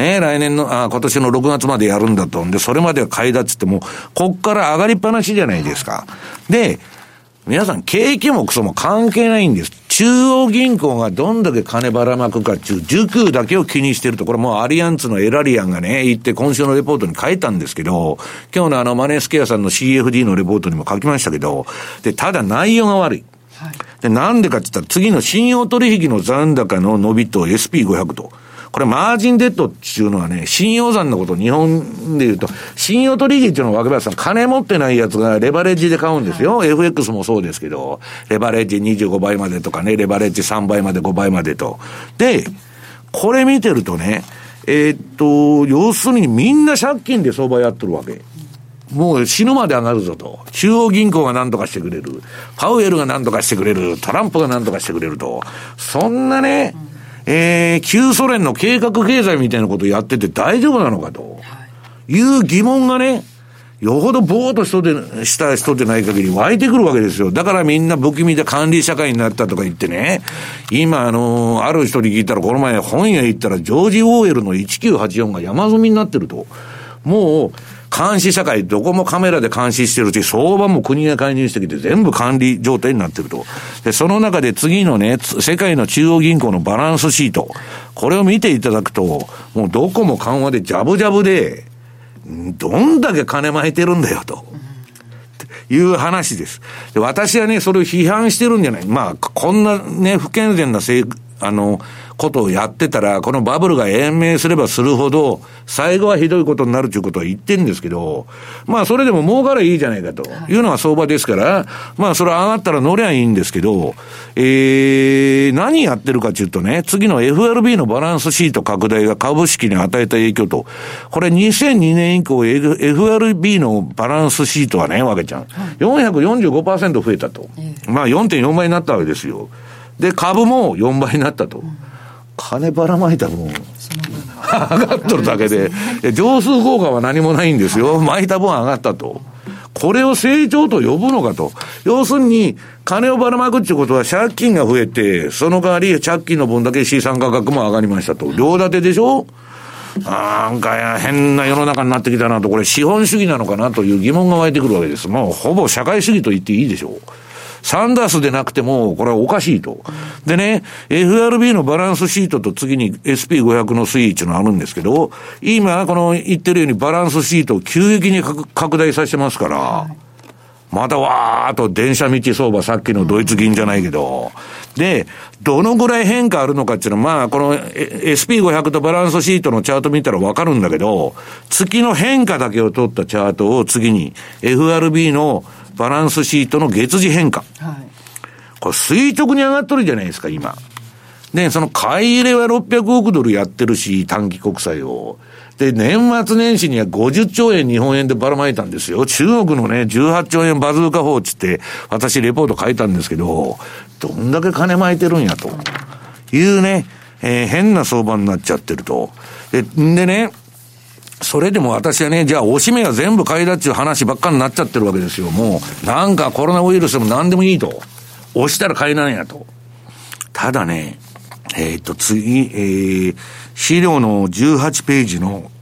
ね、来年の、あ、今年のろくがつまでやるんだと。で、それまでは買いだっつっても、こっから上がりっぱなしじゃないですか。で、皆さん、景気もクソも関係ないんです。中央銀行がどんだけ金ばらまくかっていう、需給だけを気にしてると、これもうアリアンツのエラリアンがね、言って今週のレポートに書いたんですけど、今日のあのマネースケアさんの シーエフディー のレポートにも書きましたけど、で、ただ内容が悪い。はい、で、なんでかって言ったら、次の信用取引の残高の伸びと エスピーごひゃく と、これマージンデッドっていうのはね、信用残のことを日本で言うと、信用取引っていうのは若林さん、金持ってないやつがレバレッジで買うんですよ。はい、エフエックス もそうですけど、レバレッジにじゅうごばいまでとかね、レバレッジさんばいまでごばいまでと。で、これ見てるとね、えー、っと、要するにみんな借金で相場やってるわけ。もう死ぬまで上がるぞと。中央銀行が何とかしてくれる。パウエルが何とかしてくれる。トランプが何とかしてくれると。そんなね、うんえー、旧ソ連の計画経済みたいなことをやってて大丈夫なのかという疑問がね、よほどぼーっと人でした人でない限り湧いてくるわけですよ。だからみんな不気味で管理社会になったとか言ってね、今あのー、ある人に聞いたら、この前本屋行ったらジョージ・オーエルのせんきゅうひゃくはちじゅうよんが山積みになってると。もう、監視社会、どこもカメラで監視してるし、相場も国が介入してきて全部管理状態になってると。で、その中で次のね、世界の中央銀行のバランスシート。これを見ていただくと、もうどこも緩和でジャブジャブで、どんだけ金巻いてるんだよと。いう話です。で、私はね、それを批判してるんじゃない。まあ、こんなね、不健全なせい、あの、ことをやってたら、このバブルが延命すればするほど、最後はひどいことになるということは言ってるんですけど、まあそれでも儲かればいいじゃないかというのが相場ですから、まあそれ上がったら乗りゃいいんですけど、えー、何やってるかというとね、次の エフアールビー のバランスシート拡大が株式に与えた影響と、これにせんにねん以降 エフアールビー のバランスシートはね、わけちゃん、よんひゃくよんじゅうごパーセント 増えたと。まあ よんてんよん 倍になったわけですよ。で、株もよんばいになったと。金ばらまいた分、上がっとるだけで、上数効果は何もないんですよ。巻いた分上がったと。これを成長と呼ぶのかと。要するに、金をばらまくっていうことは借金が増えて、その代わり借金の分だけ資産価格も上がりましたと。両立てでしょ？なんか変な世の中になってきたなと。これ資本主義なのかなという疑問が湧いてくるわけです。もうほぼ社会主義と言っていいでしょう。サンダースでなくても、これはおかしいと。でね、エフアールビー のバランスシートと次に エスピーごひゃく の推移っていうのがあるんですけど、今、この言ってるようにバランスシートを急激に拡大させてますから、またわーっと電車道相場、さっきのドイツ銀じゃないけど、で、どのぐらい変化あるのかっていうのは、まあ、この エスピーごひゃく とバランスシートのチャート見たらわかるんだけど、月の変化だけを取ったチャートを次に エフアールビー のバランスシートの月次変化。はい、これ垂直に上がっとるじゃないですか、今。で、その買い入れはろっぴゃくおくドルやってるし、短期国債を。で、年末年始にはごじゅっちょうえん日本円でばらまいたんですよ。中国のね、じゅうはっちょうえんバズーカ法っつって、私レポート書いたんですけど、どんだけ金巻いてるんやと。いうね、えー、変な相場になっちゃってると。で、でね、それでも私はね、じゃあおしめは全部買いだっちゅう話ばっかになっちゃってるわけですよ。もう、なんかコロナウイルスでも何でもいいと。押したら買いなんやと。ただね、えっと、次、えー、資料のじゅうはちページの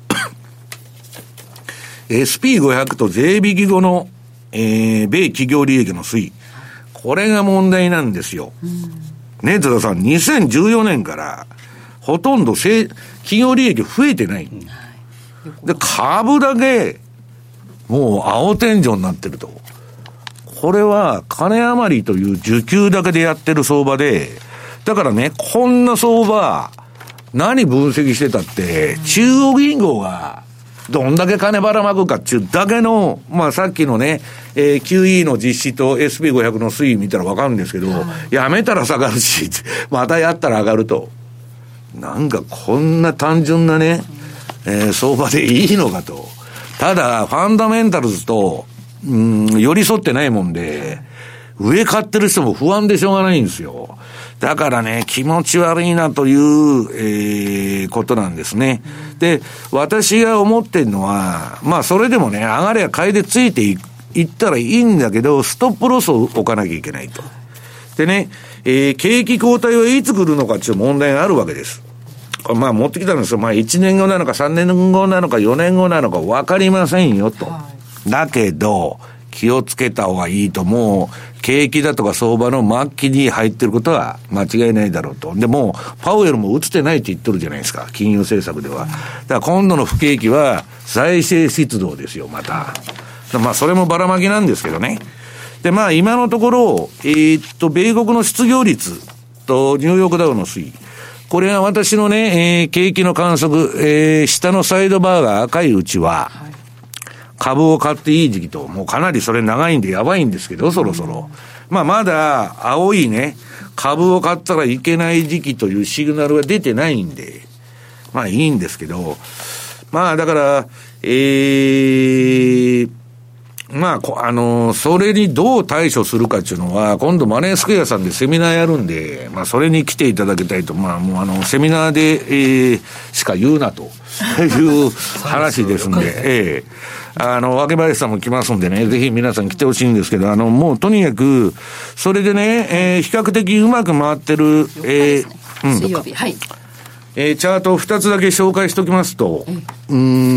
エスピーごひゃく と税引き後の、えー、米企業利益の推移。これが問題なんですよ。ね、津田さん、にせんじゅうよねんからほとんど企業利益増えてない。で、株だけ、もう青天井になってると。これは、金余りという需給だけでやってる相場で、だからね、こんな相場、何分析してたって、中央銀行が、どんだけ金ばらまくかっていうだけの、まあさっきのね、えー、キューイー の実施と エスピーごひゃく の推移見たらわかるんですけど、やめたら下がるし、またやったら上がると。なんかこんな単純なね、えー、相場でいいのかと。ただ、ファンダメンタルズと、うん、寄り添ってないもんで、上買ってる人も不安でしょうがないんですよ。だからね、気持ち悪いなという、えー、ことなんですね。で、私が思ってるのは、まあそれでもね、上がりゃ買いでついていったらいいんだけど、ストップロスを置かなきゃいけないと。でね、えー、景気後退はいつ来るのかっていう問題があるわけです。 まあ持ってきたんですよ。まあいちねんごなのかさんねんごなのかよねんごなのか分かりませんよと。はい、だけど、気をつけた方がいいと、もう、景気だとか相場の末期に入ってることは間違いないだろうと。で、もう、パウエルも打つてないって言ってるじゃないですか。金融政策では。だから今度の不景気は財政出動ですよ、また。まあ、それもばらまきなんですけどね。で、まあ、今のところ、えー、っと、米国の失業率とニューヨークダウの推移。これは私のね、えー、景気の観測、えー、下のサイドバーが赤いうちは、はい、株を買っていい時期と、もうかなりそれ長いんでやばいんですけど、そろそろ。まあまだ青いね、株を買ったらいけない時期というシグナルが出てないんで、まあいいんですけど、まあだから、えー、まあ、あの、それにどう対処するかっていうのは、今度マネースクエアさんでセミナーやるんで、まあそれに来ていただきたいと、まあもうあの、セミナーで、えー、しか言うなという話ですんで、ええー、あの、若林さんも来ますんでね、ぜひ皆さん来てほしいんですけど、あの、もうとにかく、それでね、えー、比較的うまく回ってる、えー、うん。水曜日、はい。えー、チャートをふたつだけ紹介しておきますと、うん、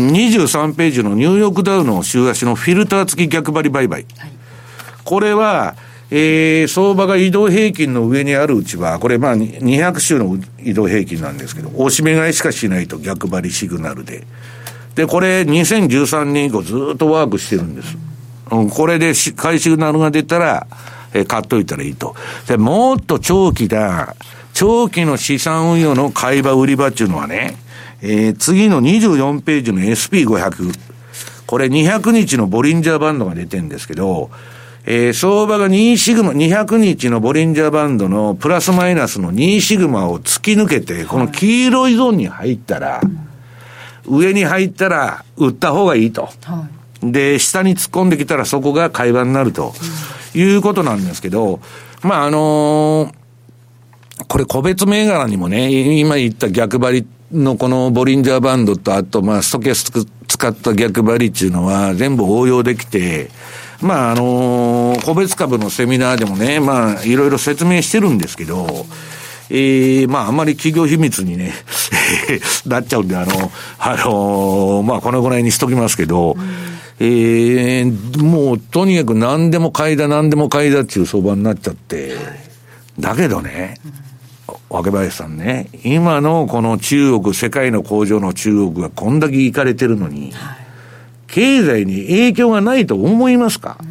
にじゅうさんページのニューヨークダウの週足のフィルター付き逆張り売買。はい、これは、えー、相場が移動平均の上にあるうちは、これまあにひゃく週の移動平均なんですけど、押し目買いしかしないと逆張りシグナルで。で、これにせんじゅうさんねん以降ずっとワークしてるんです。うん、これで買いシグナルが出たら、えー、買っといたらいいと。で、もっと長期だ、長期の資産運用の買い場売り場っていうのはね、えー、次のにじゅうよんページの エスピーごひゃく。これにひゃくにちのボリンジャーバンドが出てるんですけど、えー、相場がにシグマ、にひゃくにちのボリンジャーバンドのプラスマイナスのにシグマを突き抜けて、この黄色いゾーンに入ったら、上に入ったら売った方がいいと。で、下に突っ込んできたらそこが買い場になるということなんですけど、まあ、あのー、これ個別銘柄にもね、今言った逆張りのこのボリンジャーバンドと、あとまあストキャスティック使った逆張りっていうのは全部応用できて、まああのー、個別株のセミナーでもね、まあいろいろ説明してるんですけど、えー、まああんまり企業秘密にね、なっちゃうんで、あの、あのー、まあこのぐらいにしときますけど、うん、えー、もうとにかく何でも買いだ何でも買いだっていう相場になっちゃって、だけどね、若林さんね、今のこの中国、世界の工場の中国がこんだけ行かれてるのに、はい、経済に影響がないと思いますか？うん、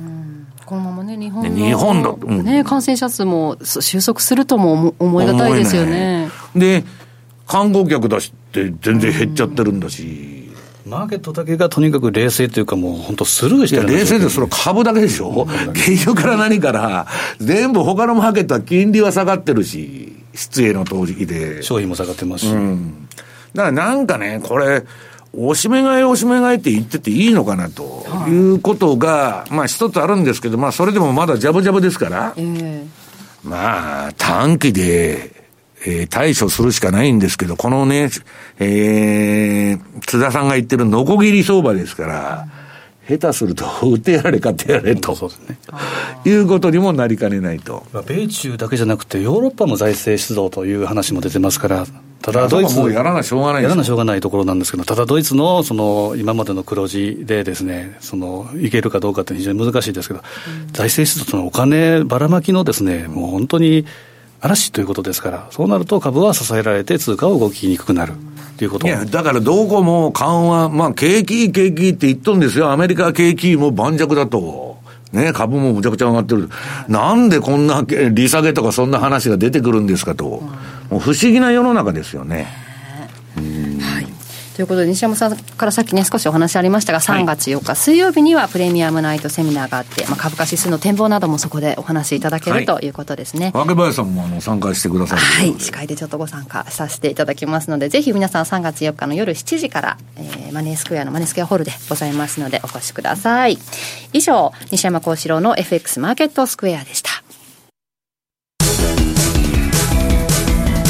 このままね、日本の、日本の、うん、ね、感染者数も収束するとも思いがたいですよね。 で、観光客だしって全然減っちゃってるんだし、 マーケットだけがとにかく冷静というか、もう本当スルーしてるんですよ。 いや、冷静でそれ株だけでしょ。原油から何から全部他のマーケットは金利は下がってるし、失営の当時で商品も下がってますし、うん、 だからなんかね、これ押し目買い押し目買いって言ってていいのかなということが、まあ一つあるんですけど、まあそれでもまだジャブジャブですから、えー、まあ短期でえー、対処するしかないんですけど、このね、えー、津田さんが言ってるノコギリ相場ですから、うん、下手すると売ってやれ買ってやれと、そうですね、いうことにもなりかねないと。 米中だけじゃなくてヨーロッパも財政出動という話も出てますから、ただドイツもうやらなしょうがないやらなしょうがないところなんですけど、ただドイツのその今までの黒字でですね、そのいけるかどうかって非常に難しいですけど、うん、財政出動というのはお金ばらまきのですね、もう本当に嵐ということですから、そうなると株は支えられて通貨は動きにくくなるということ。 いや、だからどこも緩和、まあ景気いい景気いいって言っとるんですよ。アメリカは景気いいも盤石だと。ね、株もむちゃくちゃ上がってる。なんでこんな利下げとかそんな話が出てくるんですかと。もう不思議な世の中ですよね。 うん、はい。ということで西山さんからさっきね少しお話ありましたが、さんがつよっか、はい、水曜日にはプレミアムナイトセミナーがあって、まあ、株価指数の展望などもそこでお話しいただける、はい、ということですね。 若林さんもあの参加してください。 はい、司会でちょっとご参加させていただきますので、ぜひ皆さんさんがつよっかの夜しちじから、えー、マネースクエアのマネースクエアホールでございますのでお越しください。以上、西山幸四郎の エフエックス マーケットスクエアでした。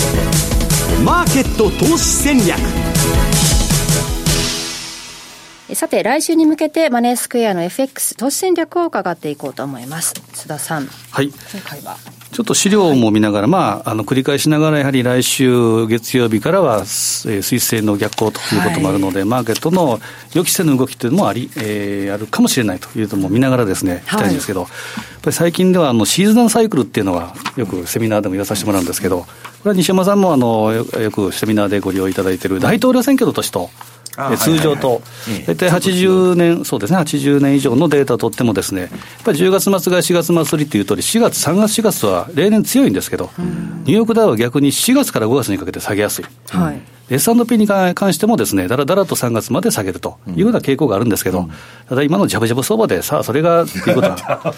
マーケット投資戦略。 さて来週に向けてマネースクエアの エフエックス 投資戦略を伺っていこうと思います。須田さん、 はい、 今回はちょっと資料も見ながら、まあ、あの繰り返しながらやはり来週月曜日からは、えー、水星の逆行ということもあるので、はい、マーケットの予期せぬ動きというのもあり、えー、あるかもしれないというのも見ながらですね、はい、いきたいんですけど、やっぱり最近ではあのシーズナルサイクルっていうのはよくセミナーでも言わさせてもらうんですけど、これは西山さんもあのよくセミナーでご利用いただいている大統領選挙の年と、え通常と大体はちじゅうねん、そうですね、はちじゅうねん以上のデータを取ってもですね、やっぱりじゅうがつ末がしがつ末りという通り、しがつ、さんがつ、しがつは例年強いんですけど、ニューヨークダウは逆にしがつからごがつにかけて下げやすい、はい、エスアンドピー に関してもですね、だらだらとさんがつまで下げるというような傾向があるんですけど、うん、ただ今のジャブジャブ相場でさあそれがということはあ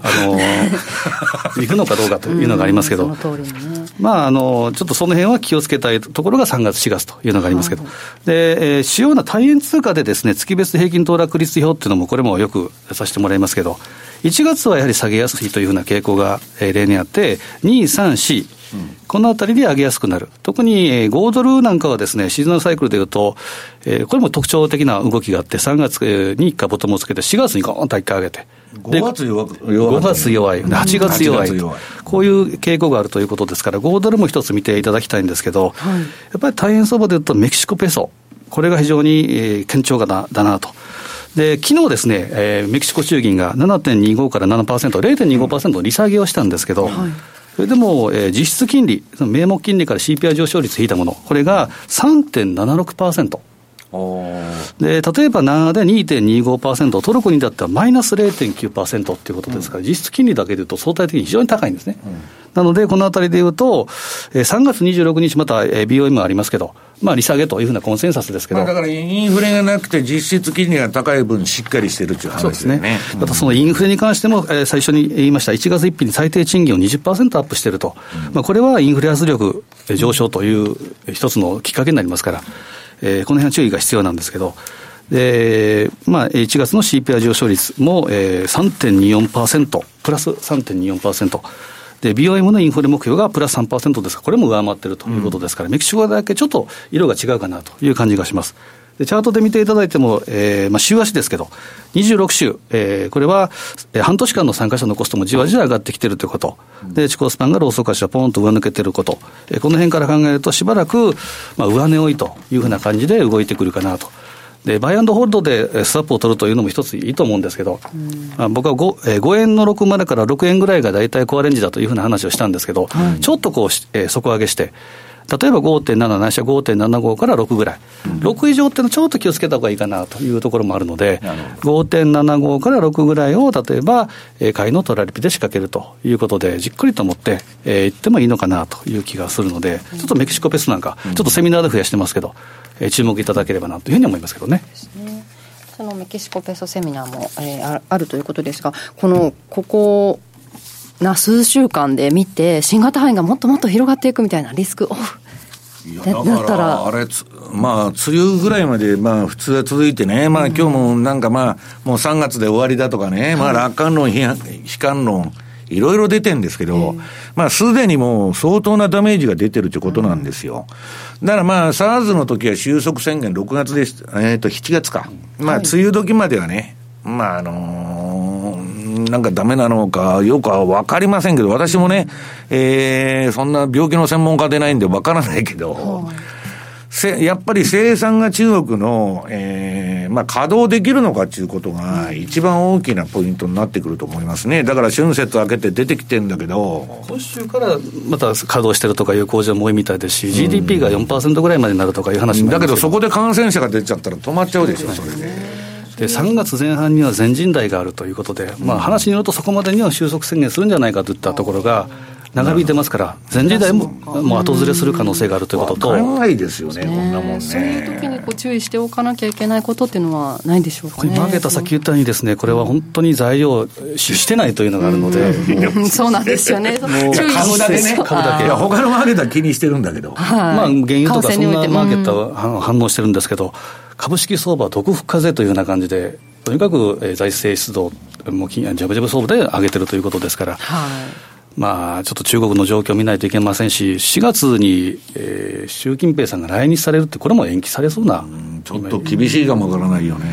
のいくのかどうかというのがありますけど、うん、その通りにね、まあ、あのちょっとその辺は気をつけたいところがさんがつ、しがつというのがありますけど、はい、で、えー、主要な対円通貨でですね、月別平均騰落率表っていうのもこれもよくさせてもらいますけど、いちがつはやはり下げやすいというふうな傾向が、えー、例年あって、に、さん、よん、うん、このあたりで上げやすくなる。特に、えー、ごドルなんかはですね、シーズナルサイクルでいうと、えー、これも特徴的な動きがあって、さんがつにいっかボトムをつけて、しがつにゴーンといっかい上げて、 ごがつ弱く、 ごがつ弱い、はちがつ弱い、弱い、こういう傾向があるということですから、ごドルも一つ見ていただきたいんですけど、はい、やっぱり対円相場でいうとメキシコペソ、これが非常に、えー、堅調だだなと。で、昨日ですね、えー、メキシコ中銀が ななてんにご から ななパーセント、れいてんにごパーセント 利下げをしたんですけど、はい、それでも、えー、実質金利、名目金利から シーピーアイ 上昇率引いたもの、これが さんてんななろくパーセント。で、例えばななで にてんにごパーセント、トルコにだってはマイナス れいてんきゅうパーセント ということですから、うん、実質金利だけでいうと相対的に非常に高いんですね、うん、なのでこのあたりでいうと、えー、さんがつにじゅうろくにちまた、えー、ビーオーエム ありますけど、まあ、利下げというふうなコンセンサスですけど、まあ、 だからインフレがなくて実質金利が高い分しっかりしてるっていう話ですね。そうですね、うん、またそのインフレに関しても、えー、最初に言いましたいちがつついたちに最低賃金を にじゅっパーセント アップしていると、うん、まあ、これはインフレ圧力上昇という一つのきっかけになりますから、えー、この辺は注意が必要なんですけど、で、まあ、いちがつの シーピーアイ 上昇率も、えー、さんてんによんパーセント プラス さんてんによんパーセントで、ビーオーエム のインフレ目標がプラス さんパーセント ですから、これも上回っているということですから、うん、メキシコだけちょっと色が違うかなという感じがします。で、チャートで見ていただいても、えーまあ、週足ですけど、にじゅうろくしゅう、えー、これは、えー、半年間の参加者のコストもじわじわ上がってきているということ、うん、で、地高スパンがローソク足はポーンと上抜けていること、えー、この辺から考えると、しばらく、まあ、上値追いというふうな感じで動いてくるかなと。で、バイアンドホールドでスワップを取るというのも一ついいと思うんですけど、うんまあ、僕は 5,、えー、ごえんのろくじゅうからろくえんぐらいが大体コアレンジだというふうな話をしたんですけど、はい、ちょっとこう、えー、底上げして、例えば ごてんなな ないしは ごてんななご からろくぐらい、うん、ろく以上っていうのはちょっと気をつけた方がいいかなというところもあるので、ごてんななご からろくぐらいを例えば、えー、買いのトラリピで仕掛けるということで、じっくりと持って、えー、いってもいいのかなという気がするので、ちょっとメキシコペソなんか、ちょっとセミナーで増やしてますけど、えー、注目いただければなというふうに思いますけどね。 そのメキシコペソセミナーも、えー、あるということですが、このここな数週間で見て新型範囲がもっともっと広がっていくみたいなリスクオフだからあれまあ梅雨ぐらいまでまあ普通は続いてね、まあ今日もなんかまあもうさんがつで終わりだとかね、まあ楽観論悲観論いろいろ出てるんですけど、まあすでにもう相当なダメージが出てるということなんですよ。だからまあ SARS の時は収束宣言ろくがつでした、えっとしちがつか、まあ梅雨時まではね、まああのー、なんかダメなのかよくは分かりませんけど、私もね、えー、そんな病気の専門家でないんで分からないけど、せやっぱり生産が中国の、えーまあ、稼働できるのかということが一番大きなポイントになってくると思いますね。だから春節明けて出てきてるんだけど、 今週からまた稼働してるとかいう工場も多いみたいですし、うん、ジーディーピー が よんパーセント ぐらいまでになるとかいう話もありますけど、 だけどそこで感染者が出ちゃったら止まっちゃうでしょ、それで。 でさんがつぜん半には全人代があるということで、まあ、話によるとそこまでには収束宣言するんじゃないかといったところが長引いてますから、全時代ももう後ずれする可能性があるということと、 分からないですよね、こんなもんね。 そういう時にこう注意しておかなきゃいけないことっていうのはないでしょうかね。 マーケットはさっき言ったようにですね、これは本当に材料してないというのがあるので、 うそうなんですよね。 注意株だけね、株だけ。いや他のマーケットは気にしてるんだけど、 はい、まあ原油とかそんなマーケットは反応してるんですけど、株式相場は毒吹く風というような感じで、とにかく財政出動もジャブジャブ相場で上げてるということですから、はい、まあ、ちょっと中国の状況を見ないといけませんし、しがつに、えー、習近平さんが来日されるって、これも延期されそうな、うん、 ちょっと厳しいかもわからないよね。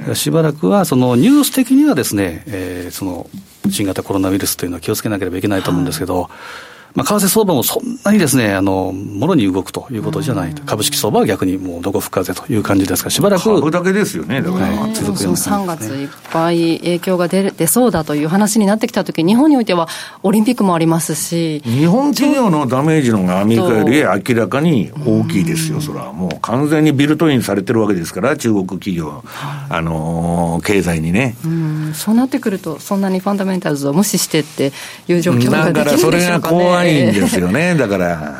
うん、しばらくはそのニュース的にはですね、えー、その新型コロナウイルスというのは気をつけなければいけないと思うんですけど、はい、まあ、為替相場もそんなにですね、あの、もろに動くということじゃない。うん、株式相場は逆にもうどこ吹く風という感じですから、しばらく。 株だけですよね、だから。 はい、続くような感じですね。さんがついっぱい影響が出る、出そうだという話になってきたとき、日本においてはオリンピックもありますし。 日本企業のダメージの方がアメリカより明らかに大きいですよ、それは。もう完全にビルトインされてるわけですから、中国企業、あのー、経済にね。 うん、そうなってくると、そんなにファンダメンタルズを無視してっていう状況ができるんでしょうかね。 だからそれが怖いんですよね。だから、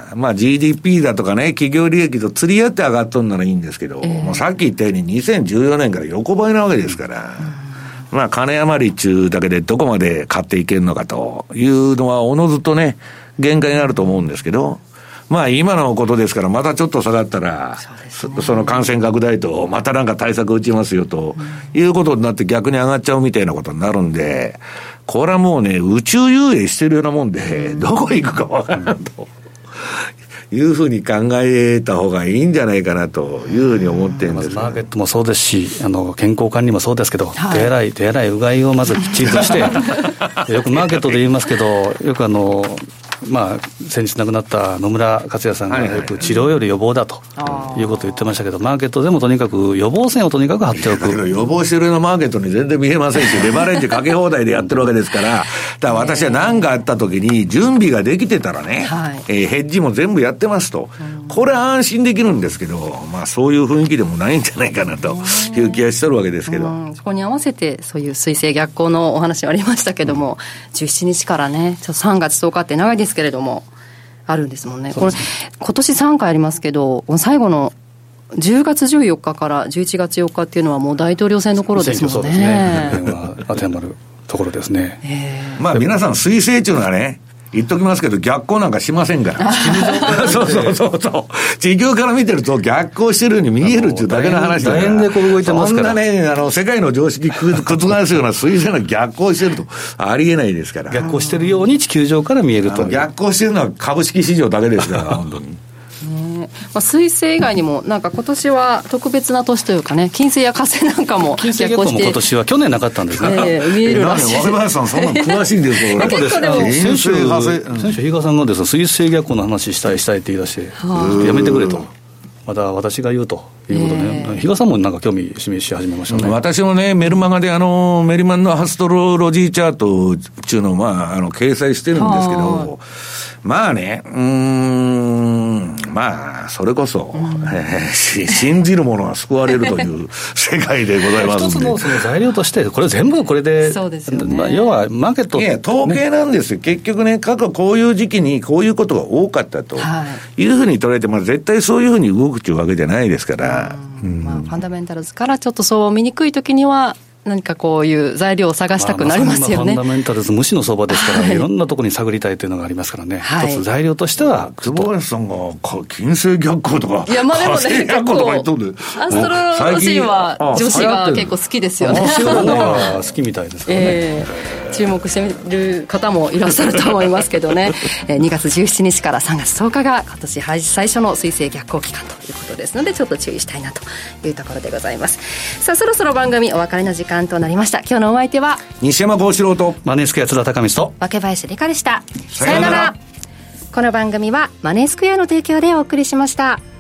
まあ ジーディーピー だとかね、企業利益と釣り合って上がっとんならいいんですけど、えー、もうさっき言ったようににせんじゅうよねんから横ばいなわけですから、うん、まあ金余り中だけでどこまで買っていけるのかというのはおのずとね、限界があると思うんですけど、まあ今のことですから、またちょっと下がったら、そ, ね、そ, その感染拡大と、またなんか対策打ちますよと、うん、いうことになって逆に上がっちゃうみたいなことになるんで、これはもうね、宇宙遊泳してるようなもんで、うん、どこ行くかわからんと。いうふうに考えた方がいいんじゃないかなというふうに思ってるんです、ね、 まずマーケットもそうですし、あの健康管理もそうですけど、はい、手洗い手洗いうがいをまずきっちりとしてよくマーケットで言いますけど、よくあのまあ、先日亡くなった野村克也さんがよく治療より予防だということを言ってましたけど、マーケットでもとにかく予防線をとにかく張っておく。 だけど予防してるようなマーケットに全然見えませんし、レバレッジかけ放題でやってるわけですから、だから私は何かあった時に準備ができてたらね、はい、えー、ヘッジも全部やってますと、これは安心できるんですけど、まあそういう雰囲気でもないんじゃないかなという気がしてるわけですけど、 うん、そこに合わせてそういう水星逆行のお話ありましたけども、じゅうしちにちからね、ちょっとさんがつとおかって長いですけれどもあるんですもんね。これ今年さんかいありますけど、最後のじゅうがつじゅうよっかからじゅういちがつよっかっていうのはもう大統領選の頃ですもんね。そうですね。 当てはまるところですね。 えー、まあ皆さん水星っていうのはね、言っときますけど逆行なんかしませんからそうそうそうそう、地球から見てると逆行してるように見えるっていうだけの話だから、 楕円でこう動いてますから、 そんなね、あの世界の常識覆すような水星の逆行してるとありえないですから。 逆行してるように地球上から見えると。 逆行してるのは株式市場だけですから本当にね、まあ、水星以外にもなんか今年は特別な年というかね、金星や火星なんかも金星逆行も今年は去年なかったんですね、 えー、見えるらしい。 若林さんそんなの詳しいんですよ結構でも先週先週比嘉さんがですね、水星逆行の話したいしたいって言い出してやめてくれと、また私が言うということね、比嘉さんもなんか興味示し始めましたね。 私もね、メルマガであのメリマンのアストロジーチャートっていうのを、まあ、あの掲載してるんですけど、まあね、うーん、まあそれこそ、うん、えー、信じる者は救われるという世界でございますので、 一つのその材料としてこれ全部これで、 そうですよね、 まあ、要はマーケット、 いや統計なんですよ、ね、結局ね、過去こういう時期にこういうことが多かったというふうに捉えて、まあ、絶対そういうふうに動くというわけじゃないですから、 うん、まあ、ファンダメンタルズからちょっとそう見にくいときには何かこういう材料を探したくなりますよね。 まあ、まあファンダメンタルズ無視の相場ですから、はい、いろんなところに探りたいというのがありますからね、はい、一つ材料としては久保林さんが金星逆行とか、 いやまあでもね、 火星逆行とか言っとる、 アストロロジーは女子が結構好きですよね。 好きみたいですからね、えー、注目している方もいらっしゃると思いますけどねにがつじゅうしちにちからさんがつとおかが今年最初の水星逆行期間ということですので、ちょっと注意したいなというところでございます。さあそろそろ番組お別れの時間となりました。今日のお相手は西山幸四郎とマネースクエア津田隆光と若林理香でした。さよなら。この番組はマネースクエアの提供でお送りしました。